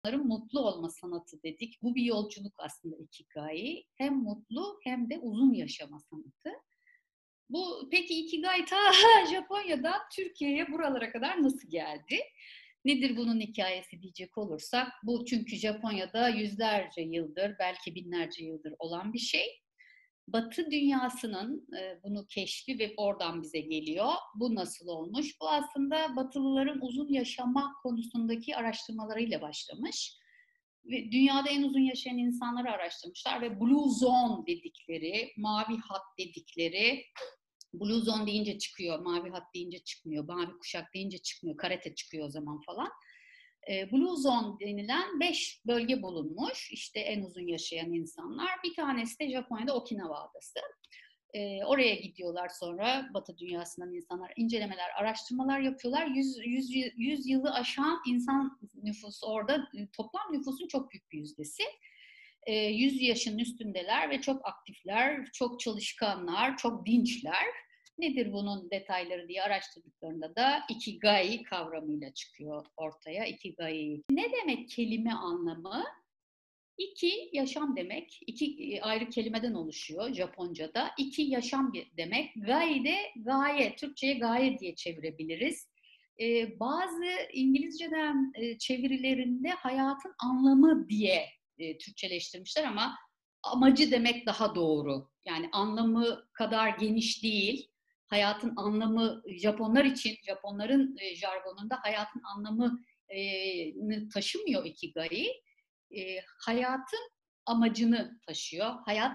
Japonların mutlu olma sanatı dedik. Bu bir yolculuk aslında Ikigai. Hem mutlu hem de uzun yaşama sanatı. Peki Ikigai ta Japonya'dan Türkiye'ye buralara kadar nasıl geldi? Nedir bunun hikayesi diyecek olursak, bu çünkü Japonya'da yüzlerce yıldır, belki binlerce yıldır olan bir şey. Batı dünyasının bunu keşfi ve oradan bize geliyor. Bu nasıl olmuş? Bu aslında Batılıların uzun yaşama konusundaki araştırmalarıyla başlamış. Ve dünyada en uzun yaşayan insanları araştırmışlar ve Blue Zone dedikleri, mavi hat dedikleri, Blue Zone deyince çıkıyor, mavi hat deyince çıkmıyor, mavi kuşak deyince çıkmıyor, karate çıkıyor o zaman falan. Blue Zone denilen 5 bölge bulunmuş. İşte en uzun yaşayan insanlar. Bir tanesi de Japonya'da Okinawa Adası. Oraya gidiyorlar sonra Batı dünyasından insanlar incelemeler, araştırmalar yapıyorlar. 100 yılı aşan insan nüfusu orada, toplam nüfusun çok büyük bir yüzdesi. 100 yaşın üstündeler ve çok aktifler, çok çalışkanlar, çok dinçler. Nedir bunun detayları diye araştırdıklarında da Ikigai kavramıyla çıkıyor ortaya. Ikigai. Ne demek kelime anlamı? İki, yaşam demek. İki ayrı kelimeden oluşuyor Japonca'da. İki, yaşam demek. Gai de gaye. Türkçe'ye gaye diye çevirebiliriz. Bazı İngilizceden çevirilerinde hayatın anlamı diye Türkçeleştirmişler ama amacı demek daha doğru. Yani anlamı kadar geniş değil. Hayatın anlamı Japonlar için, Japonların jargonunda hayatın anlamını taşımıyor Ikigai. Hayatın amacını taşıyor. Hayat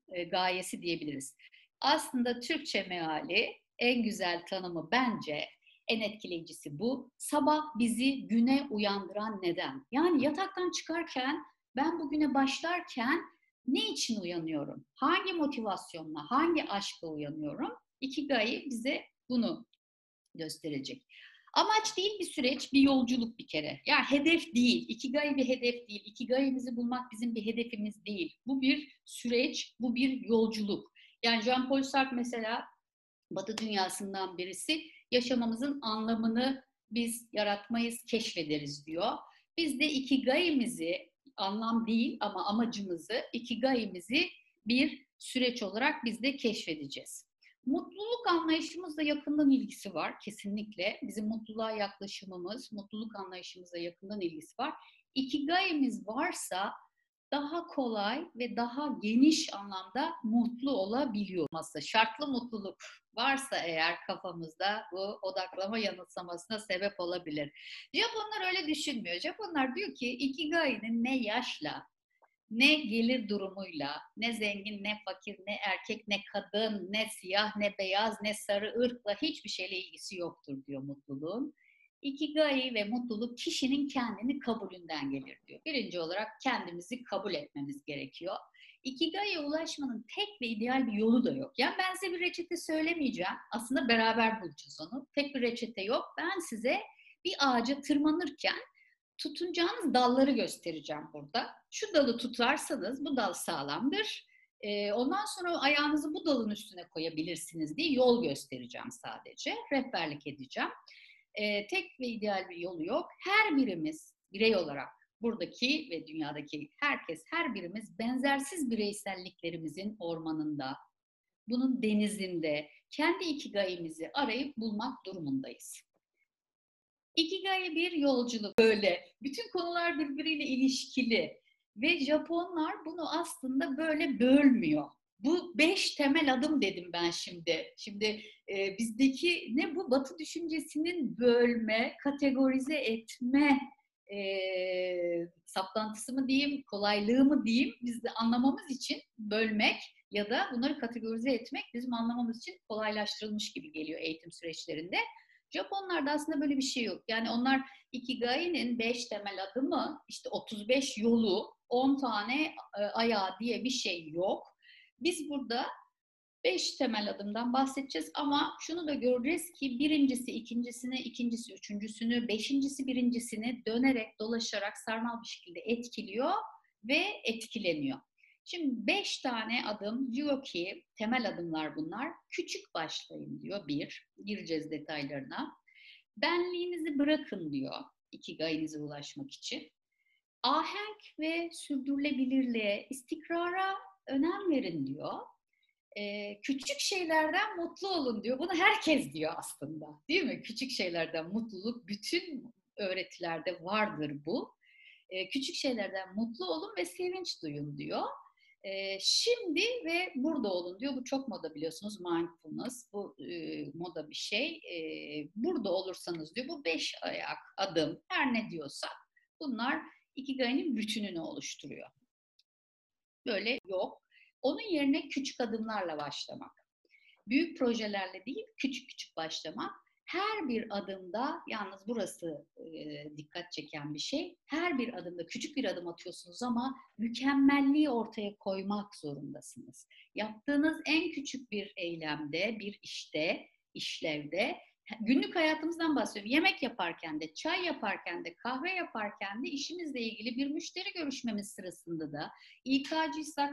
gayesi diyebiliriz. Aslında Türkçe meali en güzel tanımı bence en etkileyicisi bu. Sabah bizi güne uyandıran neden? Yani yataktan çıkarken ben bugüne başlarken ne için uyanıyorum? Hangi motivasyonla, hangi aşkla uyanıyorum? Ikigai bize bunu gösterecek. Amaç değil bir süreç, bir yolculuk bir kere. Yani hedef değil, Ikigai bir hedef değil. Ikigai'mizi bulmak bizim bir hedefimiz değil. Bu bir süreç, bu bir yolculuk. Yani Jean-Paul Sartre mesela Batı dünyasından birisi yaşamamızın anlamını biz yaratmayız, keşfederiz diyor. Biz de Ikigai'mizi, anlam değil ama amacımızı, Ikigai'mizi bir süreç olarak biz de keşfedeceğiz. Mutluluk anlayışımızla yakından ilgisi var kesinlikle. Bizim mutluluğa yaklaşımımız, mutluluk anlayışımızla yakından ilgisi var. Ikigai'miz varsa daha kolay ve daha geniş anlamda mutlu olabiliyor. Şartlı mutluluk varsa eğer kafamızda bu odaklama yanılsamasına sebep olabilir. Japonlar öyle düşünmüyor. Japonlar diyor ki Ikigai'nin ne yaşla, ne gelir durumuyla, ne zengin, ne fakir, ne erkek, ne kadın, ne siyah, ne beyaz, ne sarı ırkla hiçbir şeyle ilgisi yoktur diyor mutluluğun. Ikigai ve mutluluk kişinin kendini kabulünden gelir diyor. Birinci olarak kendimizi kabul etmemiz gerekiyor. Ikigai'ye ulaşmanın tek ve ideal bir yolu da yok. Yani ben size bir reçete söylemeyeceğim. Aslında beraber bulacağız onu. Tek bir reçete yok. Ben size bir ağaca tırmanırken tutunacağınız dalları göstereceğim burada. Şu dalı tutarsanız bu dal sağlamdır. Ondan sonra ayağınızı bu dalın üstüne koyabilirsiniz diye yol göstereceğim sadece. Rehberlik edeceğim. Tek ve ideal bir yolu yok. Her birimiz birey olarak buradaki ve dünyadaki herkes, her birimiz benzersiz bireyselliklerimizin ormanında, bunun denizinde kendi ikigai'mizi arayıp bulmak durumundayız. Ikigai bir yolculuk böyle. Bütün konular birbiriyle ilişkili ve Japonlar bunu aslında böyle bölmüyor. Bu 5 temel adım dedim ben şimdi. Şimdi bizdeki ne bu Batı düşüncesinin bölme, kategorize etme saplantısı mı diyeyim, kolaylığı mı diyeyim, biz de anlamamız için bölmek ya da bunları kategorize etmek bizim anlamamız için kolaylaştırılmış gibi geliyor eğitim süreçlerinde. Japonlarda aslında böyle bir şey yok. Yani onlar Ikigai'nin 5 temel adımı, işte 35 yolu, 10 tane ayağı diye bir şey yok. Biz burada 5 temel adımdan bahsedeceğiz ama şunu da göreceğiz ki birincisi ikincisini, ikincisi üçüncüsünü, beşincisi birincisini dönerek, dolaşarak sarmal bir şekilde etkiliyor ve etkileniyor. Şimdi 5 tane adım diyor ki, temel adımlar bunlar. Küçük başlayın diyor bir, gireceğiz detaylarına. Benliğinizi bırakın diyor Ikigai'nize ulaşmak için. ahenk ve sürdürülebilirliğe, istikrara önem verin diyor. Küçük şeylerden mutlu olun diyor. Bunu herkes diyor aslında, değil mi? Küçük şeylerden mutluluk bütün öğretilerde vardır bu. Küçük şeylerden mutlu olun ve sevinç duyun diyor. Şimdi ve burada olun diyor. Bu çok moda biliyorsunuz, mindfulness. Bu moda bir şey. Burada olursanız diyor, bu 5 ayak, adım, her ne diyorsak bunlar Ikigai'nin bütününü oluşturuyor. Böyle yok. Onun yerine küçük adımlarla başlamak. Büyük projelerle değil, küçük küçük başlamak. Her bir adımda, yalnız burası dikkat çeken bir şey, her bir adımda küçük bir adım atıyorsunuz ama mükemmelliği ortaya koymak zorundasınız. Yaptığınız en küçük bir eylemde, bir işte, işlevde, günlük hayatımızdan bahsediyorum. Yemek yaparken de, çay yaparken de, kahve yaparken de, işimizle ilgili bir müşteri görüşmemiz sırasında da, İK'cıysak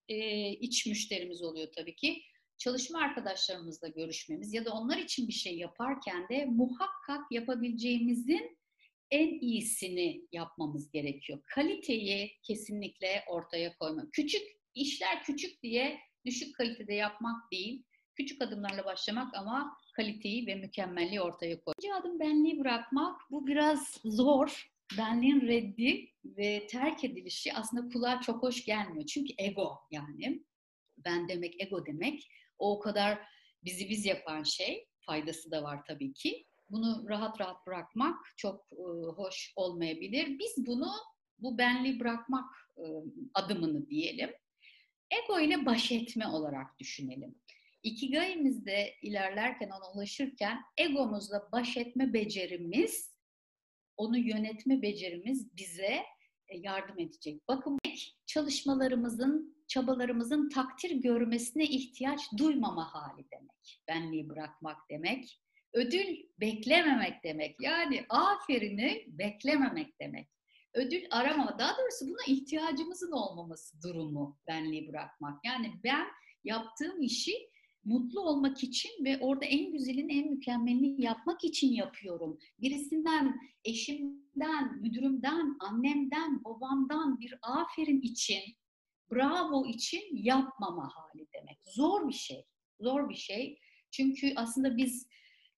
iç müşterimiz oluyor tabii ki. Çalışma arkadaşlarımızla görüşmemiz ya da onlar için bir şey yaparken de muhakkak yapabileceğimizin en iyisini yapmamız gerekiyor. Kaliteyi kesinlikle ortaya koymak. Küçük işler küçük diye düşük kalitede yapmak değil. Küçük adımlarla başlamak ama kaliteyi ve mükemmelliği ortaya koymak. İkinci adım benliği bırakmak. Bu biraz zor. Benliğin reddi ve terk edilişi aslında kulağa çok hoş gelmiyor. Çünkü ego yani. Ben demek, ego demek. O kadar bizi biz yapan şey. Faydası da var tabii ki. Bunu rahat rahat bırakmak çok hoş olmayabilir. Biz bunu, bu benliği bırakmak adımını diyelim, ego ile baş etme olarak düşünelim. Ikigai'mizde ilerlerken, ona ulaşırken egomuzla baş etme becerimiz, onu yönetme becerimiz bize yardım edecek. Bakın, çalışmalarımızın, çabalarımızın takdir görmesine ihtiyaç duymama hali demek. Benliği bırakmak demek. Ödül beklememek demek. Yani aferini beklememek demek. Ödül aramama, daha doğrusu buna ihtiyacımızın olmaması durumu benliği bırakmak. Yani ben yaptığım işi mutlu olmak için ve orada en güzelin, en mükemmelini yapmak için yapıyorum. Birisinden, eşimden, müdürümden, annemden, babamdan bir aferin için, bravo için yapmama hali demek. Zor bir şey. Zor bir şey. Çünkü aslında biz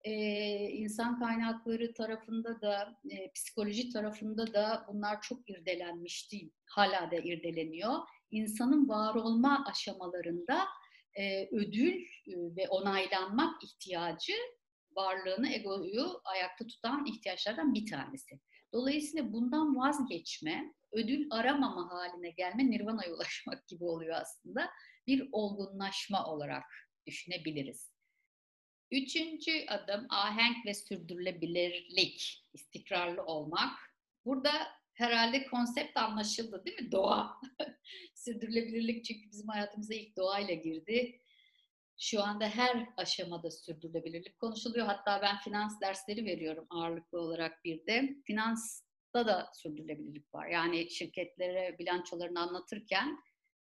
insan kaynakları tarafında da, psikoloji tarafında da bunlar çok irdelenmişti. Hala da irdeleniyor. İnsanın var olma aşamalarında ödül ve onaylanmak ihtiyacı, varlığını, egoyu ayakta tutan ihtiyaçlardan bir tanesi. Dolayısıyla bundan vazgeçme, ödül aramama haline gelme, nirvana'ya ulaşmak gibi oluyor aslında. Bir olgunlaşma olarak düşünebiliriz. Üçüncü adım ahenk ve sürdürülebilirlik, istikrarlı olmak. Burada herhalde konsept anlaşıldı değil mi? Doğa. Sürdürülebilirlik çünkü bizim hayatımıza ilk doğayla girdi. Şu anda her aşamada sürdürülebilirlik konuşuluyor. Hatta ben finans dersleri veriyorum ağırlıklı olarak bir de. Finansta da sürdürülebilirlik var. Yani şirketlere bilançolarını anlatırken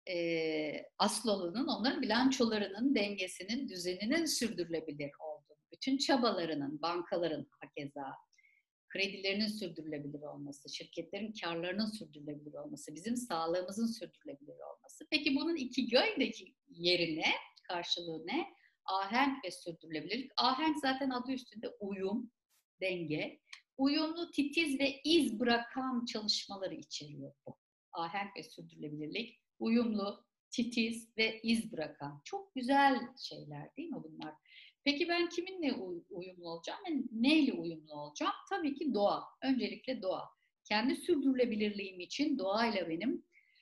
asıl olanın onların bilançolarının dengesinin, düzeninin sürdürülebilir olduğunu, bütün çabalarının, bankaların hakeza, kredilerinin sürdürülebilir olması, şirketlerin karlarının sürdürülebilir olması, bizim sağlığımızın sürdürülebilir olması. Peki bunun Ikigai'deki yerine, karşılığı ne? Ahenk ve sürdürülebilirlik. Ahenk zaten adı üstünde uyum, denge. Uyumlu, titiz ve iz bırakan çalışmaları içeriyor bu. Ahenk ve sürdürülebilirlik, uyumlu, titiz ve iz bırakan. Çok güzel şeyler değil mi bunlar? Peki ben kiminle uyumlu olacağım ve neyle uyumlu olacağım? Tabii ki doğa. Öncelikle doğa. Kendi sürdürülebilirliğim için doğayla benim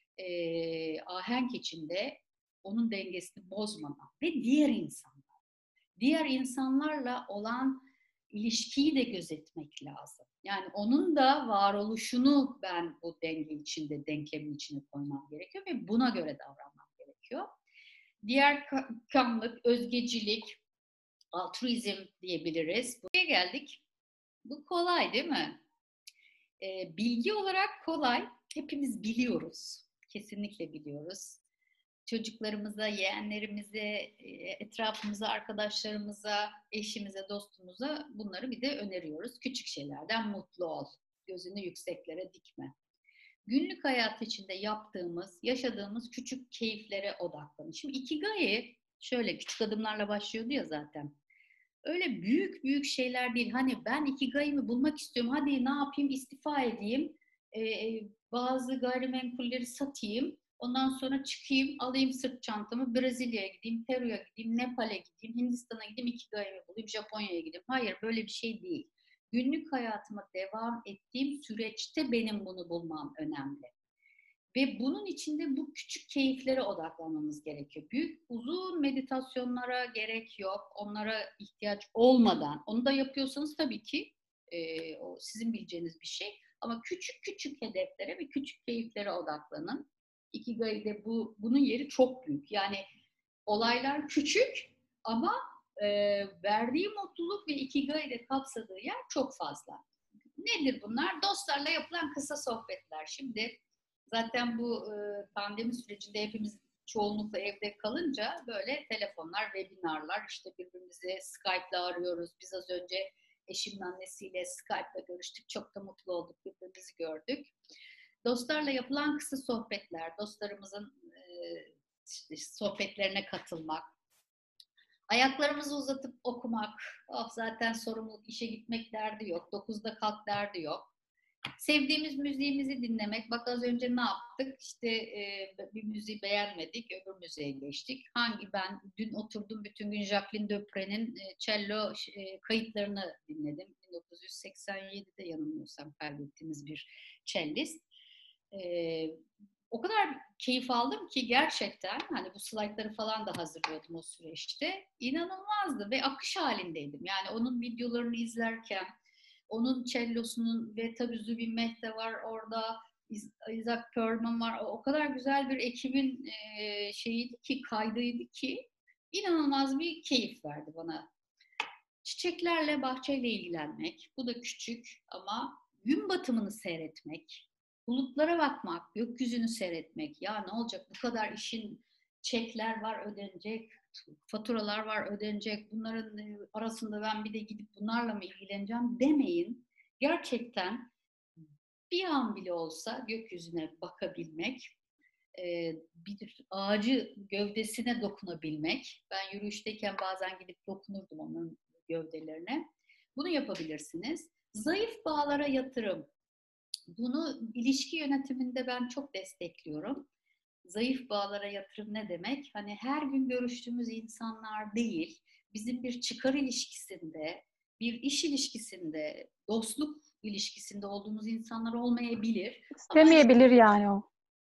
ahenk içinde onun dengesini bozmama ve diğer insanlar. Diğer insanlarla olan ilişkiyi de gözetmek lazım. Yani onun da varoluşunu ben bu denge içinde, denklemin içine koymam gerekiyor ve buna göre davranmam gerekiyor. Diğer kanlık, özgecilik, altruizm diyebiliriz. Buraya geldik. Bu kolay değil mi? Bilgi olarak kolay. Hepimiz biliyoruz. Kesinlikle biliyoruz. Çocuklarımıza, yeğenlerimize, etrafımıza, arkadaşlarımıza, eşimize, dostumuza bunları bir de öneriyoruz. Küçük şeylerden mutlu ol. Gözünü yükseklere dikme. günlük hayat içinde yaptığımız, yaşadığımız küçük keyiflere odaklanın. Şimdi Ikigai şöyle küçük adımlarla başlıyordu ya zaten. Öyle büyük büyük şeyler değil. Hani ben Ikigai'mi bulmak istiyorum. Hadi ne yapayım? İstifa edeyim. Bazı gayrimenkulleri satayım. Ondan sonra çıkayım, alayım sırt çantamı, Brezilya'ya gideyim, Peru'ya gideyim, Nepal'e gideyim, Hindistan'a gideyim, Ikigai'mi bulayım, Japonya'ya gideyim. Hayır, böyle bir şey değil. Günlük hayatıma devam ettiğim süreçte benim bunu bulmam önemli. Ve bunun içinde bu küçük keyiflere odaklanmamız gerekiyor. Büyük, uzun meditasyonlara gerek yok. Onlara ihtiyaç olmadan, onu da yapıyorsanız tabii ki o sizin bileceğiniz bir şey. Ama küçük küçük hedeflere ve küçük keyiflere odaklanın. Ikigai'de bunun yeri çok büyük. Yani olaylar küçük ama verdiği mutluluk ve Ikigai'de kapsadığı yer çok fazla. Nedir bunlar? Dostlarla yapılan kısa sohbetler. Şimdi zaten bu pandemi sürecinde hepimiz çoğunlukla evde kalınca böyle telefonlar, webinarlar, işte birbirimizi Skype'la arıyoruz. Biz az önce eşimin annesiyle Skype'la görüştük. Çok da mutlu olduk, birbirimizi gördük. Dostlarla yapılan kısa sohbetler, dostlarımızın işte sohbetlerine katılmak, ayaklarımızı uzatıp okumak, oh zaten sorumluluk, işe gitmek derdi yok, 9'da kalk derdi yok. Sevdiğimiz müziğimizi dinlemek. Bak az önce ne yaptık? İşte bir müziği beğenmedik, öbür müziğe geçtik. Ben dün oturdum bütün gün Jacqueline Dupré'nin cello kayıtlarını dinledim. 1987'de yanılmıyorsam kaydettiğimiz bir cellist. E, O kadar keyif aldım ki gerçekten hani bu slaytları falan da hazırlıyordum o süreçte. İnanılmazdı ve akış halindeydim. Yani onun videolarını izlerken onun cellosunun ve tabii Zubin Mehta var orada, Isaac Perlman var. O kadar güzel bir ekibin şeyiydi ki, kaydıydı ki inanılmaz bir keyif verdi bana. Çiçeklerle, bahçeyle ilgilenmek. Bu da küçük ama gün batımını seyretmek, bulutlara bakmak, gökyüzünü seyretmek. Ya ne olacak bu kadar işin, çekler var ödenecek, faturalar var ödenecek. Bunların arasında ben bir de gidip bunlarla mı ilgileneceğim demeyin. Gerçekten bir an bile olsa gökyüzüne bakabilmek, bir ağacı gövdesine dokunabilmek. Ben yürüyüşteyken bazen gidip dokunurdum onun gövdelerine. Bunu yapabilirsiniz. Zayıf bağlara yatırım. Bunu ilişki yönetiminde ben çok destekliyorum. Zayıf bağlara yatırım ne demek? Hani her gün görüştüğümüz insanlar değil, bizim bir çıkar ilişkisinde, bir iş ilişkisinde, dostluk ilişkisinde olduğumuz insanlar olmayabilir. Ama İstemeyebilir yani o.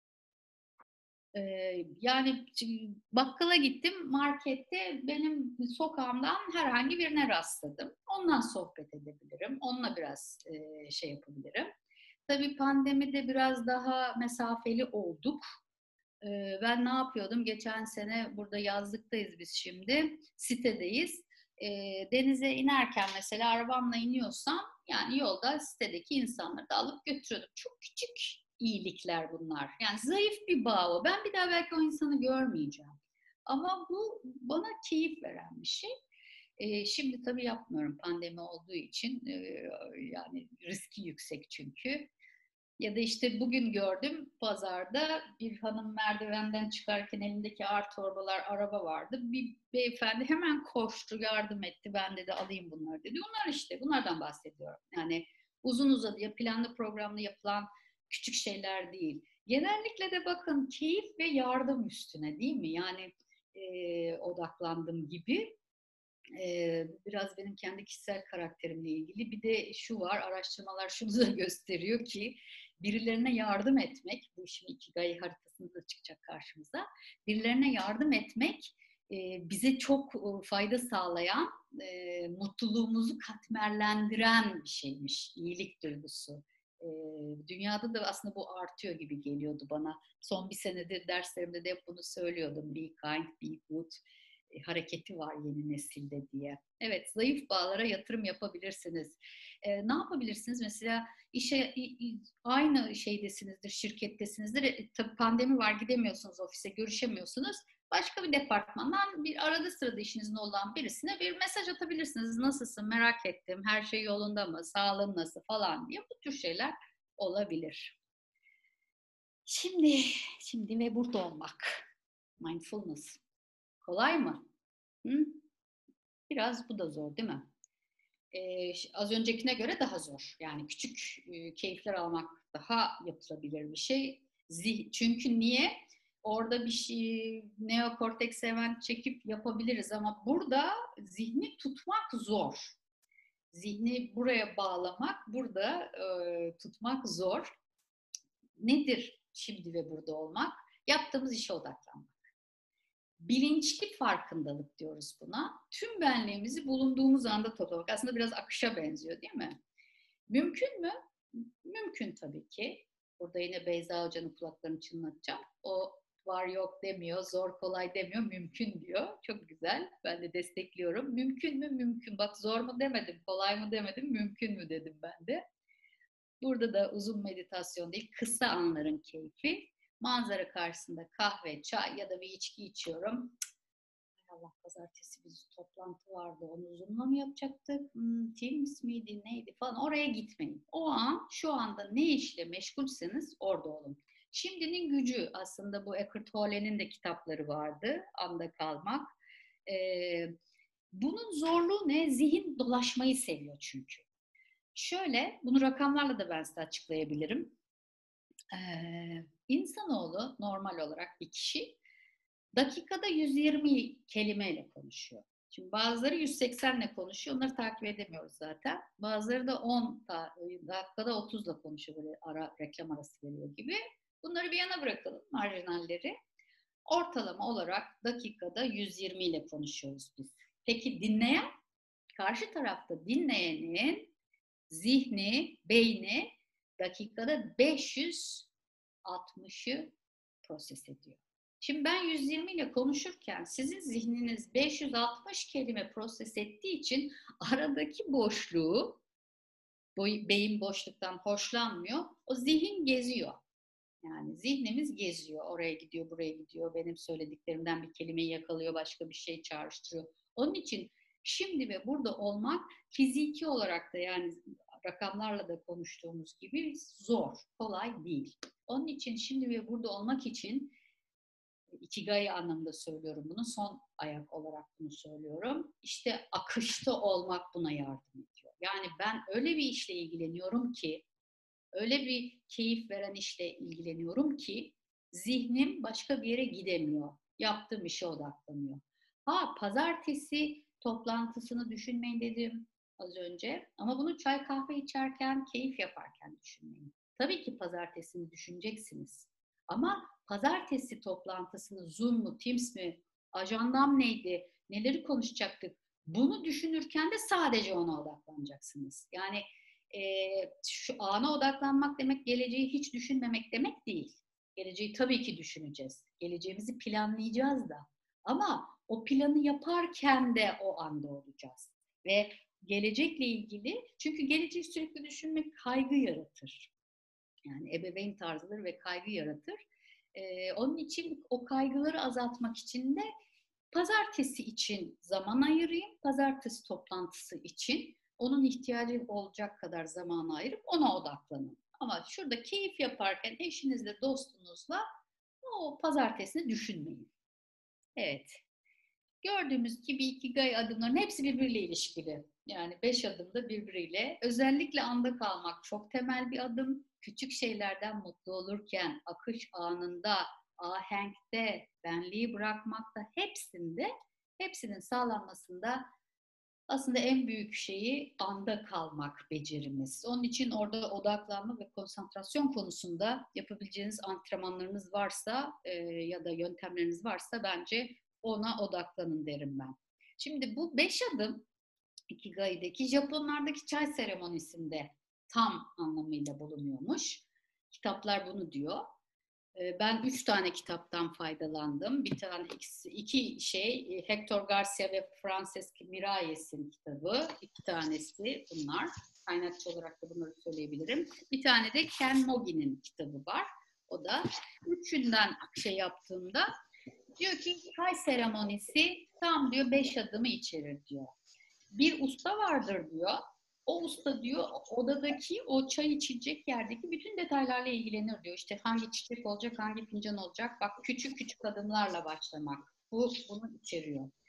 Yani bakkala gittim, markette benim sokağımdan herhangi birine rastladım. Ondan sohbet edebilirim, onunla biraz şey yapabilirim. Tabii pandemide biraz daha mesafeli olduk. Ben ne yapıyordum? Geçen sene burada yazlıktayız biz şimdi, sitedeyiz. Denize inerken mesela arabamla iniyorsam yani yolda sitedeki insanları da alıp götürüyordum. Çok küçük iyilikler bunlar. Yani zayıf bir bağ o. Ben bir daha belki o insanı görmeyeceğim. Ama bu bana keyif veren bir şey. Şimdi tabii yapmıyorum pandemi olduğu için. Yani riski yüksek çünkü. Ya da işte bugün gördüm pazarda bir hanım merdivenden çıkarken elindeki ağır torbalar, araba vardı. Bir beyefendi hemen koştu, yardım etti. Ben dedi alayım bunları dedi. Bunlar işte, bunlardan bahsediyorum. Yani uzun uzadıya planlı programlı yapılan küçük şeyler değil. Genellikle de bakın keyif ve yardım üstüne değil mi? Yani odaklandım gibi. Biraz benim kendi kişisel karakterimle ilgili. Bir de şu var, araştırmalar şunu da gösteriyor ki birilerine yardım etmek, bu işin Ikigai haritasında çıkacak karşımıza, birilerine yardım etmek bize çok fayda sağlayan, mutluluğumuzu katmerlendiren bir şeymiş, iyilik duygusu. Dünyada da aslında bu artıyor gibi geliyordu bana. Son bir senedir derslerimde de hep bunu söylüyordum. Be kind, be good hareketi var yeni nesilde diye. Evet, zayıf bağlara yatırım yapabilirsiniz. Ne yapabilirsiniz? Mesela işe aynı şeydesinizdir, şirkettesinizdir. Tabii pandemi var, gidemiyorsunuz ofise, görüşemiyorsunuz. Başka bir departmandan bir arada sırada işinizin olan birisine bir mesaj atabilirsiniz. Nasılsın, merak ettim, her şey yolunda mı, sağlığın nasıl falan diye. Bu tür şeyler olabilir. Şimdi ve burada olmak. Mindfulness. Kolay mı? Hı? Biraz bu da zor değil mi? Az öncekine göre daha zor. Yani küçük keyifler almak daha yapılabilir bir şey. Çünkü niye? Orada bir şey neokorteks hemen çekip yapabiliriz ama burada zihni tutmak zor. Zihni buraya bağlamak, burada tutmak zor. Nedir şimdi ve burada olmak? Yaptığımız işe odaklanmak. Bilinçli farkındalık diyoruz buna. Tüm benliğimizi bulunduğumuz anda toplamak. Aslında biraz akışa benziyor değil mi? Mümkün mü? Mümkün tabii ki. Burada yine Beyza Hoca'nın kulaklarını çınlatacağım. O var yok demiyor, zor kolay demiyor, mümkün diyor. Çok güzel. Ben de destekliyorum. Mümkün mü? Mümkün. Bak zor mu demedim, kolay mı demedim, mümkün mü dedim ben de. Burada da uzun meditasyon değil, kısa anların keyfi. Manzara karşısında kahve, çay ya da bir içki içiyorum. Allah, pazartesi bir toplantı vardı. Onu Zoom'la mı yapacaktık? Teams miydi neydi falan. Oraya gitmeyin. O an şu anda ne işle meşgulseniz orada olun. Şimdinin gücü aslında bu Eckhart Tolle'nin de kitapları vardı. Anda kalmak. Bunun zorluğu ne? Zihin dolaşmayı seviyor çünkü. Şöyle, bunu rakamlarla da ben size açıklayabilirim. İnsanoğlu normal olarak bir kişi dakikada 120 kelimeyle konuşuyor. Şimdi bazıları 180 ile konuşuyor. Onları takip edemiyoruz zaten. Bazıları da 10 dakikada 30 ile konuşuyor. Böyle ara, reklam arası veriyor gibi. Bunları bir yana bırakalım, marjinalleri. Ortalama olarak dakikada 120 ile konuşuyoruz biz. Peki dinleyen? Karşı tarafta dinleyenin zihni, beyni dakikada 560'ı proses ediyor. Şimdi ben 120 ile konuşurken sizin zihniniz 560 kelime proses ettiği için aradaki boşluğu, beyin boşluktan hoşlanmıyor, o zihin geziyor. Yani zihnimiz geziyor, oraya gidiyor, buraya gidiyor, benim söylediklerimden bir kelimeyi yakalıyor, başka bir şey çağrıştırıyor. Onun için şimdi ve burada olmak fiziki olarak da yani rakamlarla da konuştuğumuz gibi zor, kolay değil. Onun için şimdi ve burada olmak için Ikigai anlamında söylüyorum bunu, son ayak olarak bunu söylüyorum. İşte akışta olmak buna yardım ediyor. Yani ben öyle bir işle ilgileniyorum ki, öyle bir keyif veren işle ilgileniyorum ki zihnim başka bir yere gidemiyor. Yaptığım işe odaklanıyor. Pazartesi toplantısını düşünmeyin dedim az önce. Ama bunu çay kahve içerken, keyif yaparken düşünmeyin. Tabii ki pazartesini düşüneceksiniz. Ama pazartesi toplantısını Zoom mu, Teams mi, ajandam neydi, neleri konuşacaktık? Bunu düşünürken de sadece ona odaklanacaksınız. Yani şu ana odaklanmak demek geleceği hiç düşünmemek demek değil. Geleceği tabii ki düşüneceğiz. Geleceğimizi planlayacağız da. Ama o planı yaparken de o anda olacağız. Ve gelecekle ilgili, çünkü geleceği sürekli düşünmek kaygı yaratır. Yani ebeveyn tarzıdır ve kaygı yaratır. Onun için o kaygıları azaltmak için de pazartesi için zaman ayırayım. Pazartesi toplantısı için onun ihtiyacı olacak kadar zamanı ayırıp ona odaklanın. Ama şurada keyif yaparken eşinizle, dostunuzla o pazartesini düşünmeyin. Evet. Gördüğümüz gibi Ikigai adımların hepsi birbiriyle ilişkili. Yani 5 adımda birbiriyle. Özellikle anda kalmak çok temel bir adım. Küçük şeylerden mutlu olurken, akış anında, ahenkte, benliği bırakmakta hepsinin sağlanmasında aslında en büyük şeyi anda kalmak becerimiz. Onun için orada odaklanma ve konsantrasyon konusunda yapabileceğiniz antrenmanlarınız varsa ya da yöntemleriniz varsa bence ona odaklanın derim ben. Şimdi bu 5 adım Ikigai'deki Japonlardaki çay seremonisinde tam anlamıyla bulunuyormuş. Kitaplar bunu diyor. Ben 3 tane kitaptan faydalandım. Bir tane iki Hector Garcia ve Francesc Miralles'in kitabı. 2 tanesi bunlar. Kaynakçı olarak da bunları söyleyebilirim. Bir tane de Ken Mogi'nin kitabı var. O da üçünden yaptığımda diyor ki çay seremonisi tam diyor 5 adımı içerir diyor. Bir usta vardır diyor. O usta diyor odadaki o çay içilecek yerdeki bütün detaylarla ilgilenir diyor. İşte hangi çiçek olacak, hangi fincan olacak. Bak küçük küçük adımlarla başlamak. Bu bunu içeriyor.